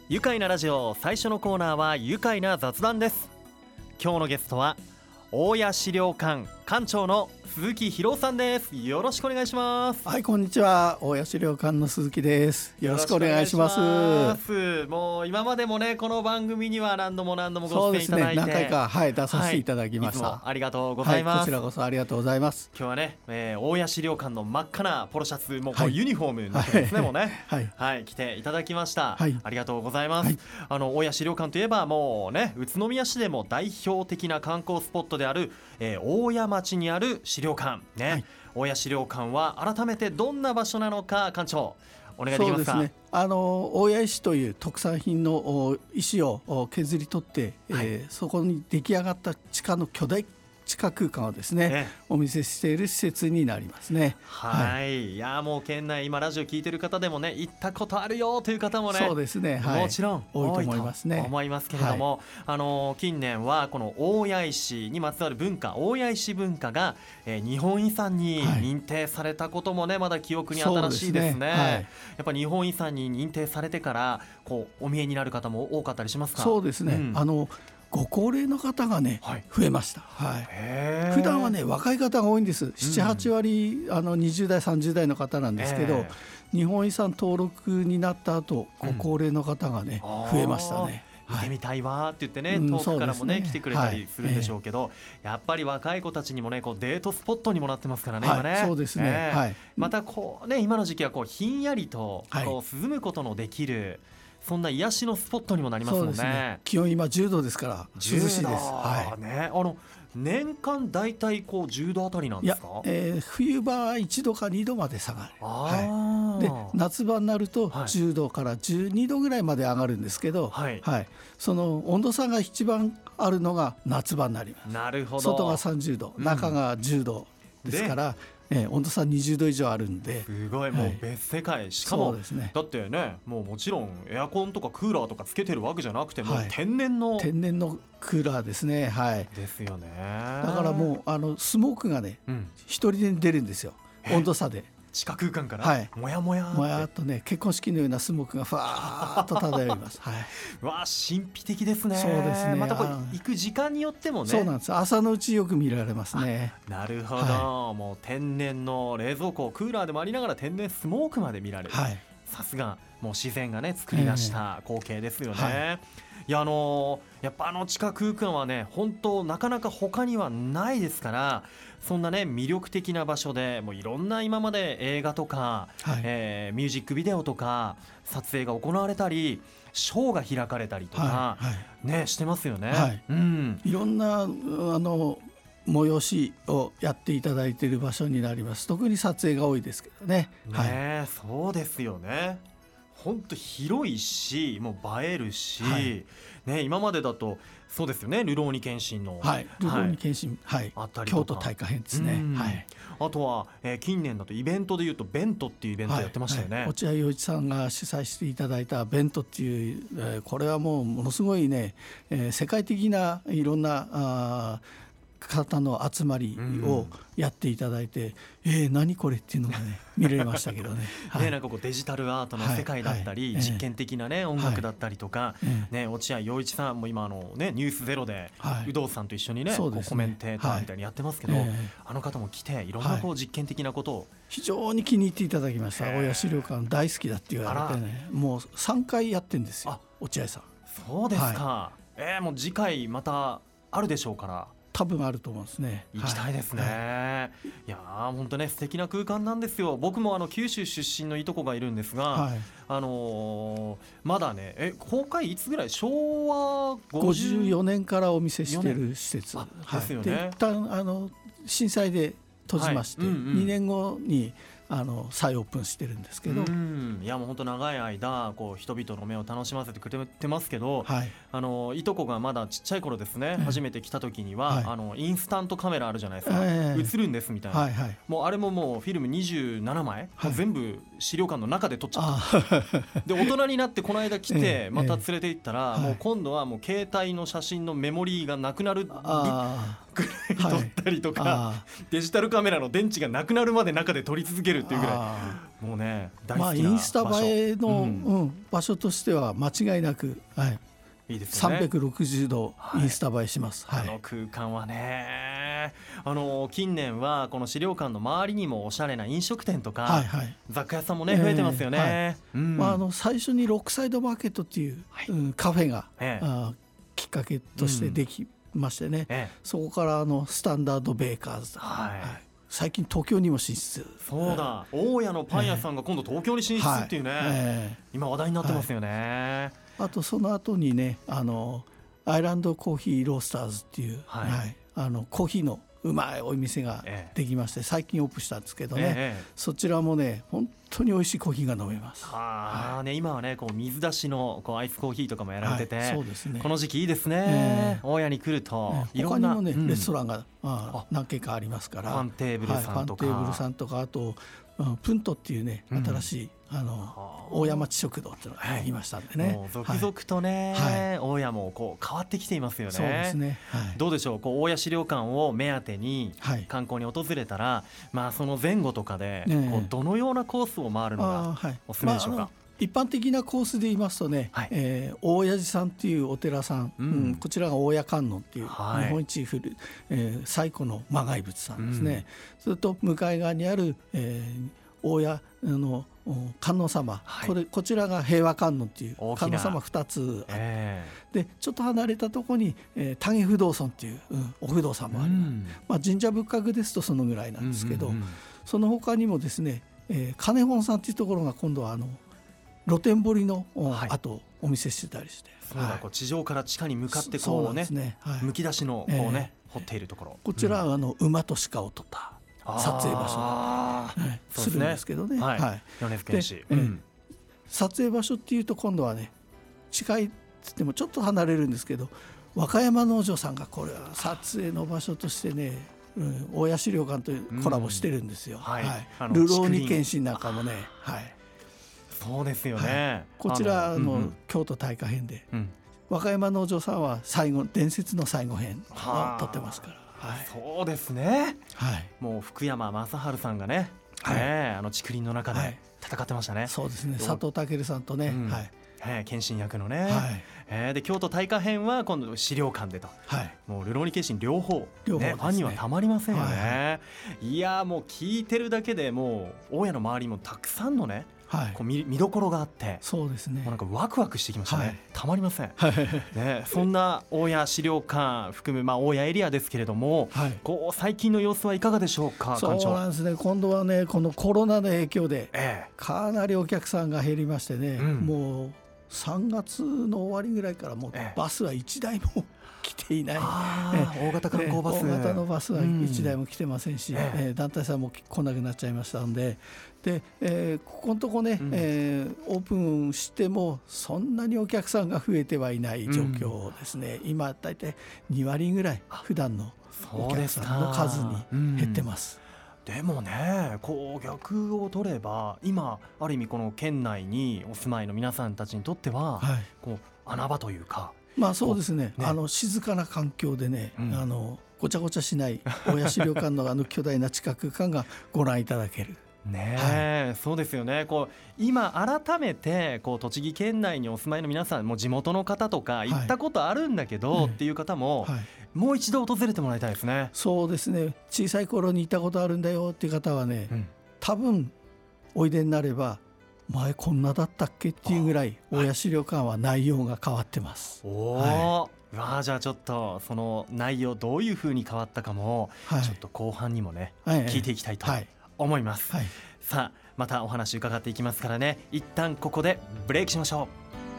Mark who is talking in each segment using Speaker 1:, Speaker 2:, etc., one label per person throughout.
Speaker 1: 愉快なラジオ最初のコーナーは愉快な雑談です。今日のゲストは大谷資料館館長の鈴木博さんです。よろしくお願いします。
Speaker 2: はい、こんにちは。大谷資料館の鈴木です。よろしくお願いします。
Speaker 1: もう今までもね、この番組には何度もご出演いただいて、
Speaker 2: 何回か、出させていただきました。
Speaker 1: いつもありがとうございます。
Speaker 2: こちらこそありがとうございます。
Speaker 1: 今日はね、大谷資料館の真っ赤なポロシャツ、もうユニフォームになってですね、もうね、来ていただきました。ありがとうございます。大谷資料館といえばもうね、宇都宮市でも代表的な観光スポットである、大谷町にある資料館ね、大谷資料館は改めてどんな場所なのか、館長お願いできますか。
Speaker 2: そうですね、大谷石という特産品の石を削り取って、そこに出来上がった地下の巨大地下空間をですね、お見せしている施設になりますね。
Speaker 1: いやもう県内今ラジオ聞いてる方でもね、行ったことあるよという方もね、
Speaker 2: そうですね、
Speaker 1: もちろん
Speaker 2: 多いと思いますね。
Speaker 1: 思いますけれども、近年はこの大谷石にまつわる文化、大谷石文化が、日本遺産に認定されたこともね、まだ記憶に新しいですね。やっぱ日本遺産に認定されてからこうお見えになる方も多かったりしますか。
Speaker 2: そうですね、ご高齢の方がね、増えました。普段はね、若い方が多いんです。7、8割20代30代の方なんですけど、日本遺産登録になった後、ご高齢の方がね、増えましたね。
Speaker 1: 見てみたいわって言ってね、遠くからもね、来てくれたりするんでしょうけど、やっぱり若い子たちにもね、こうデートスポットにもなってますからね、今ね。
Speaker 2: そうですね、
Speaker 1: またこうね、今の時期はこうひんやりとこう涼むことのできる、そんな癒しのスポットにもなりますもん ね。
Speaker 2: 気温今10度ですから涼しいです。
Speaker 1: 年間だいたいこう10度あたりなんですか。
Speaker 2: 冬場は1度か2度まで下がる。で夏場になると10度から12度ぐらいまで上がるんですけど、その温度差が一番あるのが夏場になります。
Speaker 1: なるほど。
Speaker 2: 外が30度、中が10度ですから、温度差20度以上あるんで、
Speaker 1: すごいもう別世界。しかもだってね、もちろんエアコンとかクーラーとかつけてるわけじゃなくて、もう天然の
Speaker 2: クーラーですね。
Speaker 1: ですよね。
Speaker 2: だからもうスモークがね、一人で出るんですよ、温度差で。
Speaker 1: 地下空間からもやもや
Speaker 2: っとね、結婚式のようなスモークがふわーっと漂います。
Speaker 1: わあ、神秘的ですね。
Speaker 2: そうですね。
Speaker 1: またこれ行く時間によってもね。
Speaker 2: そうなんです。朝のうちよく見られますね。
Speaker 1: なるほど、もう天然の冷蔵庫、クーラーでもありながら天然スモークまで見られる。さすがもう自然がね作り出した光景ですよね。いややっぱ地下空間はね、本当なかなか他にはないですから、そんなね魅力的な場所でもういろんな今まで映画とか、ミュージックビデオとか撮影が行われたり、ショーが開かれたりとか、してますよね。
Speaker 2: いろんな催しをやっていただいている場所になります。特に撮影が多いですけどね。
Speaker 1: そうですよね。本当広いし、もう映えるし、今までだとそうですよね、ルローニケンシンの、
Speaker 2: ルローニケンシン、
Speaker 1: あったり
Speaker 2: 京都大火編ですね。
Speaker 1: あとは、近年だとイベントでいうとベントっていうイベントやってましたよね。
Speaker 2: 落合陽一さんが主催していただいたベントっていう、これはもうものすごいね、世界的ないろんな方の集まりをやっていただいて、何これっていうのがね見れましたけどね。
Speaker 1: なんかこうデジタルアートの世界だったり、実験的なね音楽だったりとか、落合陽一さんも今ニュースゼロで有働さんと一緒にねコメンテーターみたいにやってますけど、あの方も来ていろんなこう実験的なことを
Speaker 2: 非常に気に入っていただきました。大谷資料館大好きだって言われてね、もう3回やってんですよ、落合さん。
Speaker 1: そうですか。もう次回またあるでしょうから、
Speaker 2: 多分あると思うんですね。
Speaker 1: 行きたいですね。いや本当ね素敵な空間なんですよ。僕も九州出身のいとこがいるんですが、まだね公開いつぐらい、昭和
Speaker 2: 54年からお見せしている施設
Speaker 1: ですよね。
Speaker 2: 一旦震災で閉じまして、2年後に再オープンしてるんですけど、
Speaker 1: いやもう本当長い間こう人々の目を楽しませてくれてますけど、いとこがまだちっちゃい頃ですね、初めて来た時には、インスタントカメラあるじゃないですか、映るんですみたいな、もうあれももうフィルム27枚、全部資料館の中で撮っちゃったで大人になってこの間来てまた連れて行ったら、もう今度はもう携帯の写真のメモリーがなくなるかくらい撮ったりとか、デジタルカメラの電池がなくなるまで中で撮り続けるっていうぐらいもうね大好きな場所、
Speaker 2: インスタ映えの、場所としては間違いなく、
Speaker 1: いいですよね。
Speaker 2: 360度インスタ映えします、
Speaker 1: あの空間はね、近年はこの資料館の周りにもおしゃれな飲食店とか、雑貨屋さんもね増えてますよね。
Speaker 2: 最初にロックサイドマーケットっていう、カフェが、きっかけとしてできましてね、そこからスタンダードベーカーズとか、最近東京にも進出。
Speaker 1: そうだ、大家のパン屋さんが今度東京に進出っていうね、今話題になってますよね。
Speaker 2: あとその後にねアイランドコーヒーロースターズっていう、コーヒーのうまいお店ができまして、最近オープンしたんですけどね、そちらもね本当に美味しいコーヒーが飲めます。
Speaker 1: 今はねこう水出しのアイスコーヒーとかもやられてて、
Speaker 2: そうですね、
Speaker 1: この時期いいですね。大家に来るといろんな
Speaker 2: 他にもね、レストランが何軒かありますから、
Speaker 1: ファンテーブルさんとか、
Speaker 2: ファンテーブルさんとか、あとプントっていうね新しい大谷町食堂っていうのができましたんでね、
Speaker 1: もう続々とね、大谷もこう変わってきていますよね。
Speaker 2: そうですね、
Speaker 1: どうでしょう、大谷資料館を目当てに観光に訪れたら、その前後とかでこうどのようなコースを回るのがおすすめでしょうか。
Speaker 2: 一般的なコースで言いますとね、大谷寺さんっていうお寺さん、こちらが大谷観音っていう日本一古い、最古の魔骸仏さんですね。それと向かい側にある、大谷の観音様、こちらが平和観音っていう観音様2つあって、でちょっと離れたところに谷不動尊っていう、お不動さんもあります。神社仏閣ですとそのぐらいなんですけど、その他にもですね、金本さんっていうところが今度は露天掘りの後お見せしてたりして、
Speaker 1: 地上から地下に向かってこうね、むき出しのこうね掘っているところ、
Speaker 2: こちらは馬と鹿を撮った撮影場所するんですけどね。
Speaker 1: 米津玄師、
Speaker 2: 撮影場所っていうと今度はね近いっつってもちょっと離れるんですけど、和歌山農場さんがこれは撮影の場所としてね、大谷資料館とコラボしてるんですよ。流浪に謙信なんかもね、
Speaker 1: そうですよね。
Speaker 2: こちら京都大火編で、和歌山農場さんは伝説の最後編を撮ってますから。
Speaker 1: そうですね、もう福山雅治さんがね、竹林の中で戦ってましたね。
Speaker 2: そうですね、佐藤健さんとね、
Speaker 1: 謙信役のね、で京都大火編は今度資料館でと、もう流浪に謙信両方ね、ファンにはたまりませんよね。いやもう聞いてるだけでもう大家の周りもたくさんのね、こう 見どころがあって、
Speaker 2: そうですね、
Speaker 1: もうなんかワクワクしてきましたね。たまりません、そんな大谷資料館含む、大谷エリアですけれども、こう最近の様子はいかがでしょうか。
Speaker 2: そうなんですね、今度はねこのコロナの影響でかなりお客さんが減りましてね、もう3月の終わりぐらいからもうバスは1台も来ていない、
Speaker 1: 大型観光バス、
Speaker 2: 大型のバスは1台も来てませんし、団体さんも来なくなっちゃいましたので、ここのとこね、オープンしてもそんなにお客さんが増えてはいない状況ですね。今だいたい2割ぐらい普段のお客さんの数に減ってます。
Speaker 1: でもね、こう逆を取れば今ある意味この県内にお住まいの皆さんたちにとっては、こう穴場というか、
Speaker 2: そうですね、静かな環境でね、ごちゃごちゃしない大谷資料館の巨大な地下空間がご覧いただける
Speaker 1: ね、そうですよね。こう今改めてこう栃木県内にお住まいの皆さんも地元の方とか行ったことあるんだけどっていう方も、もう一度訪れてもらいたいですね。
Speaker 2: そうですね、小さい頃に行ったことあるんだよっていう方はね、多分おいでになれば前こんなだったっけっていうぐらい大谷資料館は内容が変わってます。
Speaker 1: じゃあちょっとその内容どういうふうに変わったかも、ちょっと後半にもね、聞いていきたいと思います。さあまたお話伺っていきますからね、一旦ここでブレイクしましょう。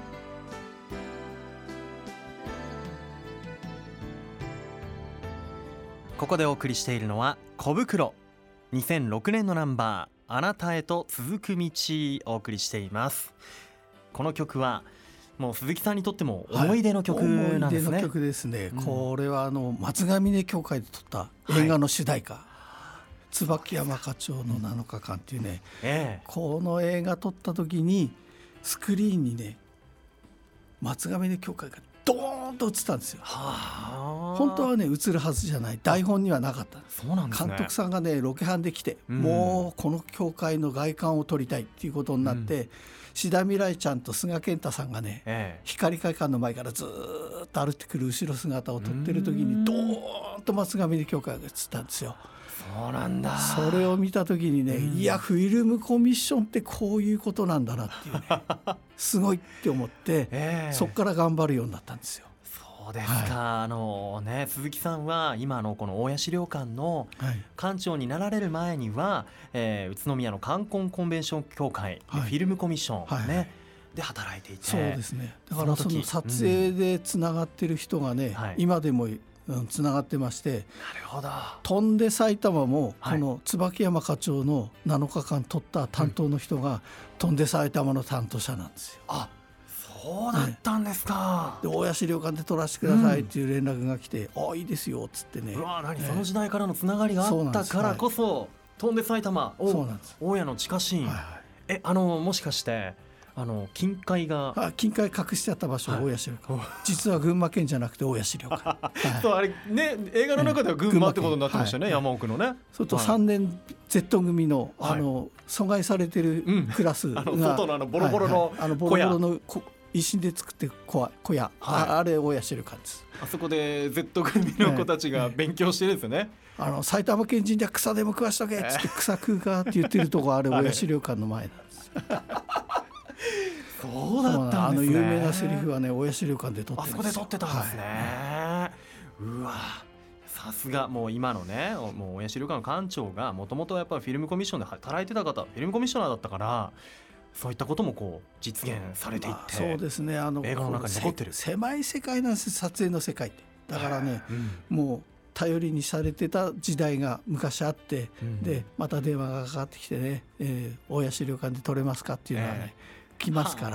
Speaker 1: ここでお送りしているのは小袋、2006年のナンバーあなたへと続く道お送りしています。この曲はもう鈴木さんにとっても思い出の曲なんですね。
Speaker 2: 思い出の曲ですね、これは松ヶ峰教会で撮った映画の主題歌、椿山課長の7日間っていうね、この映画撮った時にスクリーンにね松ヶ峰教会がドーンと映ったんですよ。 本当はね映るはずじゃない、台本にはなかった。
Speaker 1: そうなんですね。
Speaker 2: 監督さんがねロケハンで来て、もうこの教会の外観を撮りたいっていうことになって、志田未来ちゃんと菅健太さんがね、光会館の前からずっと歩いてくる後ろ姿を撮ってる時にドーンと松上で教会が映ったんですよ。
Speaker 1: そうなんだ。
Speaker 2: それを見た時にね、いやフィルムコミッションってこういうことなんだなっていうねすごいって思って、そこから頑張るようになったんですよ。
Speaker 1: そうですか。鈴木さんは今のこの大谷資料館の館長になられる前には、宇都宮の冠婚コンベンション協会、フィルムコミッション、で働いていて、
Speaker 2: そうですね。だからその撮影でつながってる人がね、今でもつながってまして、
Speaker 1: なるほど。
Speaker 2: 飛んで埼玉もこの椿山課長の7日間撮った担当の人が飛んで埼玉の担当者なんですよ。
Speaker 1: あ、そうだったんですか。
Speaker 2: で大谷資料館で撮らせてくださいっていう連絡が来て、あ、いいですよっつってね。
Speaker 1: うわ、その時代からのつながりがあったからこそ、飛んで埼玉、大谷の地下シーン、もしかして金塊が
Speaker 2: 金塊隠してあった場所が大谷資料館、実は群馬県じゃなくて大谷資料館
Speaker 1: そう、あれね、映画の中では群馬ってことになってましたね、山奥のね。
Speaker 2: それと3年 Z 組の阻害されてるクラスが
Speaker 1: 外のボロボロの
Speaker 2: ボロボロの石で作って小屋、あれ大谷資料館です。
Speaker 1: あそこで Z 組の子たちが勉強してるんですよね。
Speaker 2: 埼玉県人じゃ草でも食わしとけっつって草食うかって言ってるとこ、あれ大谷資料館の前なんです
Speaker 1: そうだったんですね。
Speaker 2: 有名なセリフはね、大谷資料館で撮ってるんですよ。あそこで
Speaker 1: 撮ってたんですね。うわ、さすが。もう今のね、もう大谷資料館の館長がもともとやっぱりフィルムコミッションで働いてた方、フィルムコミッショナーだったから、そういったこともこう実現されていって、
Speaker 2: そうですね、映画
Speaker 1: の中に残ってる
Speaker 2: 狭い世界なんです、撮影の世界って。だからね、もう頼りにされてた時代が昔あって、でまた電話がかかってきてね、大谷資料館で撮れますかっていうのはね、来ますから、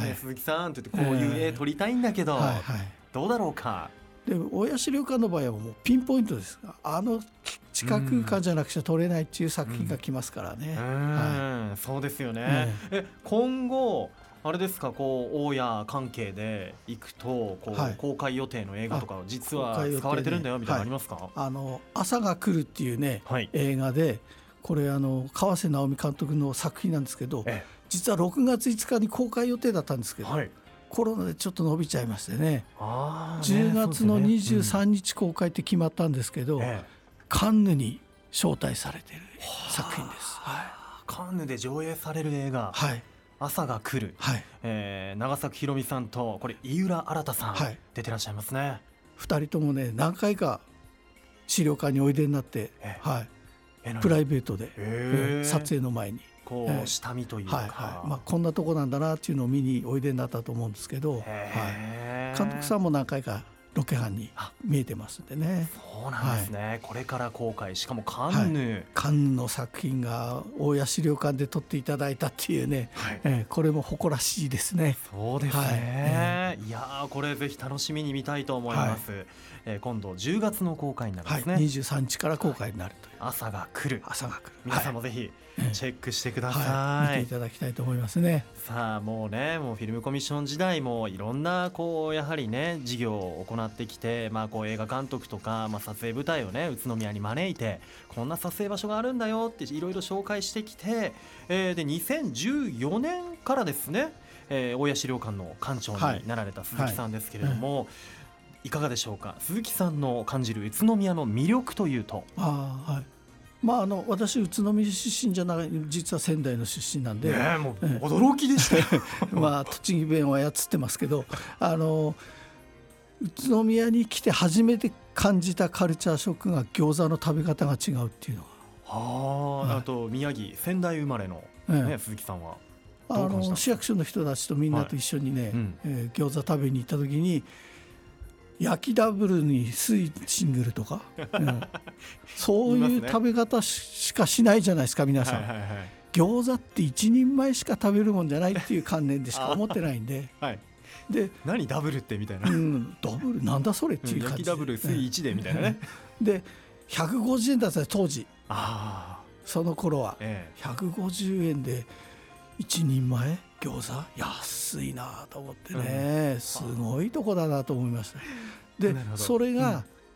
Speaker 1: 鈴木さんって言って、こういう絵撮りたいんだけど、どうだろうか。
Speaker 2: で大谷資料館の場合はもうピンポイントです。地下空間じゃなくちゃ撮れないっていう作品が来ますからね。
Speaker 1: そうですよね。今後あれですか、こう大谷関係で行くとこう、公開予定の映画とか実は使われてるんだよみたいなのありますか？
Speaker 2: 朝が来るっていうね、映画で、これ川瀬直美監督の作品なんですけど、実は6月5日に公開予定だったんですけど、コロナでちょっと伸びちゃいましてね、10月の23日公開って決まったんですけど、カンヌに招待されている作品です。
Speaker 1: カンヌで上映される映画、朝が来る、長崎ひろみさんとこれ井浦新さん、出てらっしゃいますね。
Speaker 2: 2人ともね、何回か資料館においでになって、プライベートで、撮影の前に
Speaker 1: こう下見というか、
Speaker 2: こんなとこなんだなっていうのを見においでになったと思うんですけど、監督さんも何回かロケハンに見えてますんでね。
Speaker 1: そうなんですね。これから公開、しかもカンヌ、
Speaker 2: カンヌの作品が大谷資料館で撮っていただいたっていうね、これも誇らしいですね。
Speaker 1: そうですね。いやこれぜひ楽しみに見たいと思います。今度10月の公開になるんですね。
Speaker 2: 23日から公開になるという。
Speaker 1: 朝が来る。皆さんもぜひチェックしてくだ
Speaker 2: さい。見ていただきたいと思いますね。
Speaker 1: さあもうフィルムコミッション時代もいろんなやはりね事業を行ってきて、映画監督とか、撮影舞台をね宇都宮に招いて、こんな撮影場所があるんだよっていろいろ紹介してきて、で2014年からですね、大谷資料館の館長になられた鈴木さんですけれども、いかがでしょうか。鈴木さんの感じる宇都宮の魅力というと。
Speaker 2: 私宇都宮出身じゃない、実は仙台の出身なんで、
Speaker 1: もう驚きでしたよ
Speaker 2: 栃木弁を操ってますけど、宇都宮に来て初めて感じたカルチャーショックが餃子の食べ方が違うっていうのが。
Speaker 1: あと宮城仙台生まれの、鈴木さんは
Speaker 2: 市役所の人たちとみんなと一緒にね、餃子食べに行った時に、焼きダブルにスイシングルとか、そういう食べ方しかしないじゃないですか皆さん。餃子って一人前しか食べるもんじゃないっていう観念でしか思ってないんで、
Speaker 1: で何ダブルってみたいな、
Speaker 2: ダブルなんだそれっていう感じで、
Speaker 1: 焼きダブルスイ1でみたいなね
Speaker 2: で150円だった当時、その頃は150円で一人前餃子安いなと思ってね、すごいとこだなと思いました。でそれが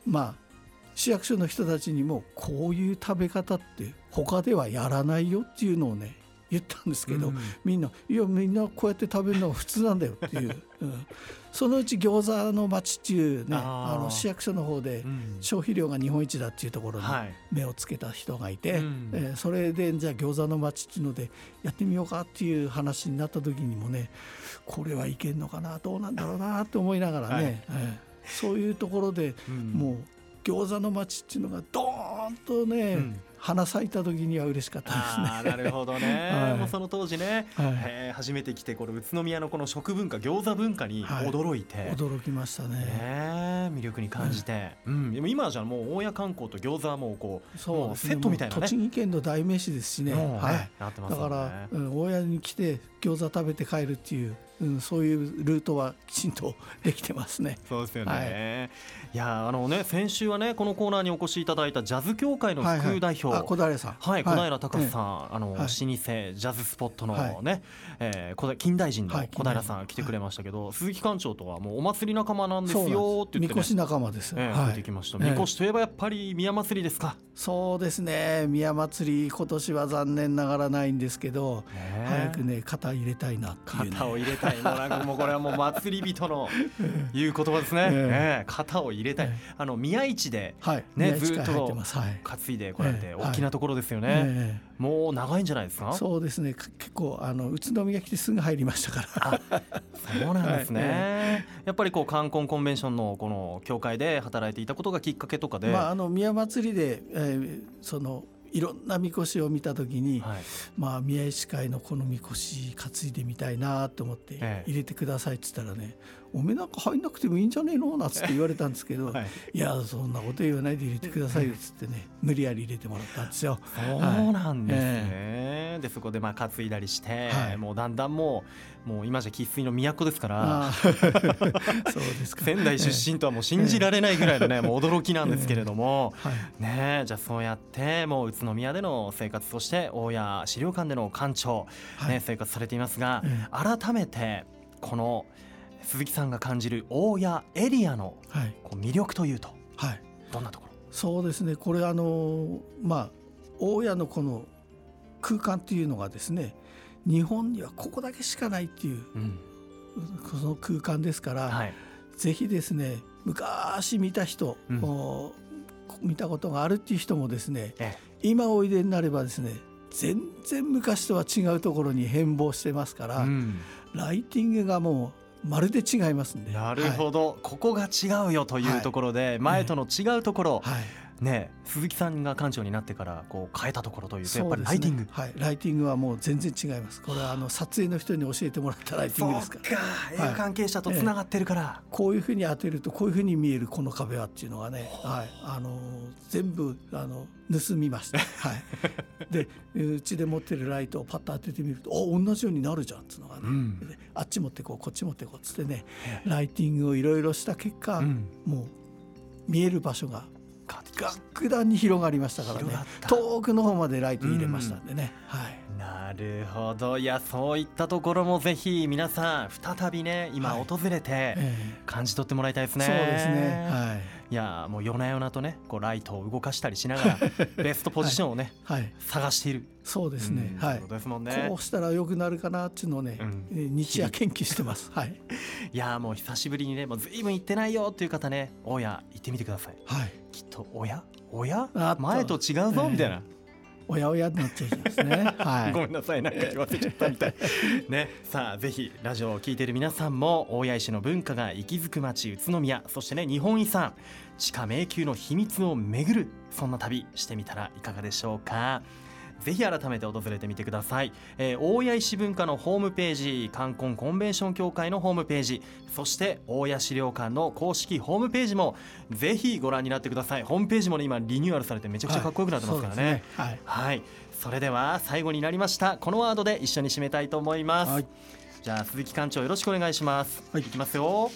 Speaker 2: 市役所の人たちにもこういう食べ方って他ではやらないよっていうのをね言ったんですけど、みんなこうやって食べるのが普通なんだよっていう、そのうち餃子の町っていうね市役所の方で消費量が日本一だっていうところに目をつけた人がいて、それでじゃあ餃子の町っていうのでやってみようかっていう話になった時にもね、これはいけんのかな、どうなんだろうなと思いながらね、そういうところでもう餃子の町っていうのがドーンとね、花咲いた時には嬉しかったですね。
Speaker 1: なるほどね、もうその当時ね、初めて来てこの宇都宮のこの食文化、餃子文化に驚いて、
Speaker 2: 驚きましたね、
Speaker 1: 魅力に感じて、でも今じゃもう大谷観光と餃子はもうこう、もうセットみたいなね、
Speaker 2: 栃木県の代名詞ですしね、
Speaker 1: なってますよね。
Speaker 2: だから、大谷に来て餃子食べて帰るっていう、そういうルートはきちんとできてますね。
Speaker 1: そうですよね、いや先週はねこのコーナーにお越しいただいたジャズ協会の副代表、
Speaker 2: 小平さん、
Speaker 1: 小平隆さん、老舗ジャズスポットのね、近代人の小平さん来てくれましたけど、鈴木館長とはもうお祭り仲間なんですよって言ってね、
Speaker 2: みこし仲間です、
Speaker 1: 出てきました。みこしといえばやっぱり宮祭りですか。
Speaker 2: そうですね、宮祭り今年は残念ながらないんですけど、早くね肩入れたいなっていう、
Speaker 1: 肩を入れたい、もうなんかもうこれはもう祭り人のいう言葉ですね、肩を入れたい、宮市でね、ずっと担いでこられて大きなところですよね、もう長いんじゃないですか。
Speaker 2: そうですね、結構宇都宮来てすぐ入りましたから。
Speaker 1: そうなんですね、やっぱりこう冠婚コンベンションのこの協会で働いていたことがきっかけとかで、
Speaker 2: 宮祭りで、いろんなみこしを見たときに、宮医師会のこのみこし担いでみたいなと思って入れてくださいって言ったらね、おめなんか入んなくてもいいんじゃねえのなんつって言われたんですけど、いやそんなこと言わないで入れてくださいよっつってね、無理やり入れてもらったんですよ。
Speaker 1: そうなんですね、でそこで担いだりして、もうだんだんもう今じゃ生粋の都ですからそうですか、仙台出身とはもう信じられないぐらいのね、もう驚きなんですけれども、ね、じゃあそうやってもう宇都宮での生活、そして大谷資料館での館長、生活されていますが、改めてこの鈴木さんが感じる大谷エリアのこう魅力というと、どんなところ。
Speaker 2: そうですね、これ大谷のこの空間っていうのがですね、日本にはここだけしかないっていう、その空間ですから、ぜひですね、昔見た人、見たことがあるっていう人もですね、今おいでになればですね、全然昔とは違うところに変貌してますから、ライティングがもうまるで違いますんで。
Speaker 1: なるほど、ここが違うよというところで、前との違うところ、鈴木さんが館長になってからこう変えたところというと、やっぱりライティング、
Speaker 2: ライティングはもう全然違います。これは撮影の人に教えてもらったライティングですから。
Speaker 1: そうか、映画関係者とつながってるから、
Speaker 2: こういうふうに当てるとこういうふうに見えるこの壁はっていうのがね、全部盗みました。でうちで持ってるライトをパッと当ててみると、同じようになるじゃんっていうのがね、あっち持ってこうこっち持ってこうっつってね、ライティングをいろいろした結果、もう見える場所が格段に広がりましたからね、遠くの方までライト入れましたんでね、
Speaker 1: なるほど。いや、そういったところもぜひ皆さん再びね、今訪れて感じ取ってもらいたいですね。
Speaker 2: そうですね、
Speaker 1: いやもう夜な夜なとね、こうライトを動かしたりしながらベストポジションをね、探している。
Speaker 2: そうですね、
Speaker 1: ですもんね。
Speaker 2: こうしたら良くなるかなっていうのをね、日夜研究してます。
Speaker 1: いやもう久しぶりにね、もうずいぶん行ってないよっていう方ね、大谷行ってみてください。きっとおや前と違うぞみたいな、
Speaker 2: おやおやになっちゃいますね。
Speaker 1: ごめんなさい、なんか言わせちゃったみたいね。さあぜひラジオを聞いている皆さんも、大谷石の文化が息づく街宇都宮、そしてね日本遺産地下迷宮の秘密を巡る、そんな旅してみたらいかがでしょうか。ぜひ改めて訪れてみてください。大谷石文化のホームページ、冠婚コンベンション協会のホームページ、そして大谷資料館の公式ホームページもぜひご覧になってください。ホームページもね、今リニューアルされてめちゃくちゃかっこよくなってますからね。それでは最後になりました、このワードで一緒に締めたいと思います。じゃあ鈴木館長よろしくお願いします。いきますよ、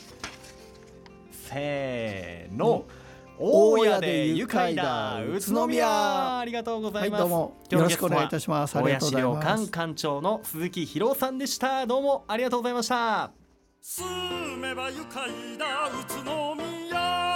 Speaker 1: せーの。大谷で愉快だ宇都宮。ありがとうございます。
Speaker 2: どうもよろしくお願いいたします。
Speaker 1: 大谷資料館館長の鈴木博夫さんでした。どうもありがとうございました。
Speaker 3: 住めば愉快だ宇都宮。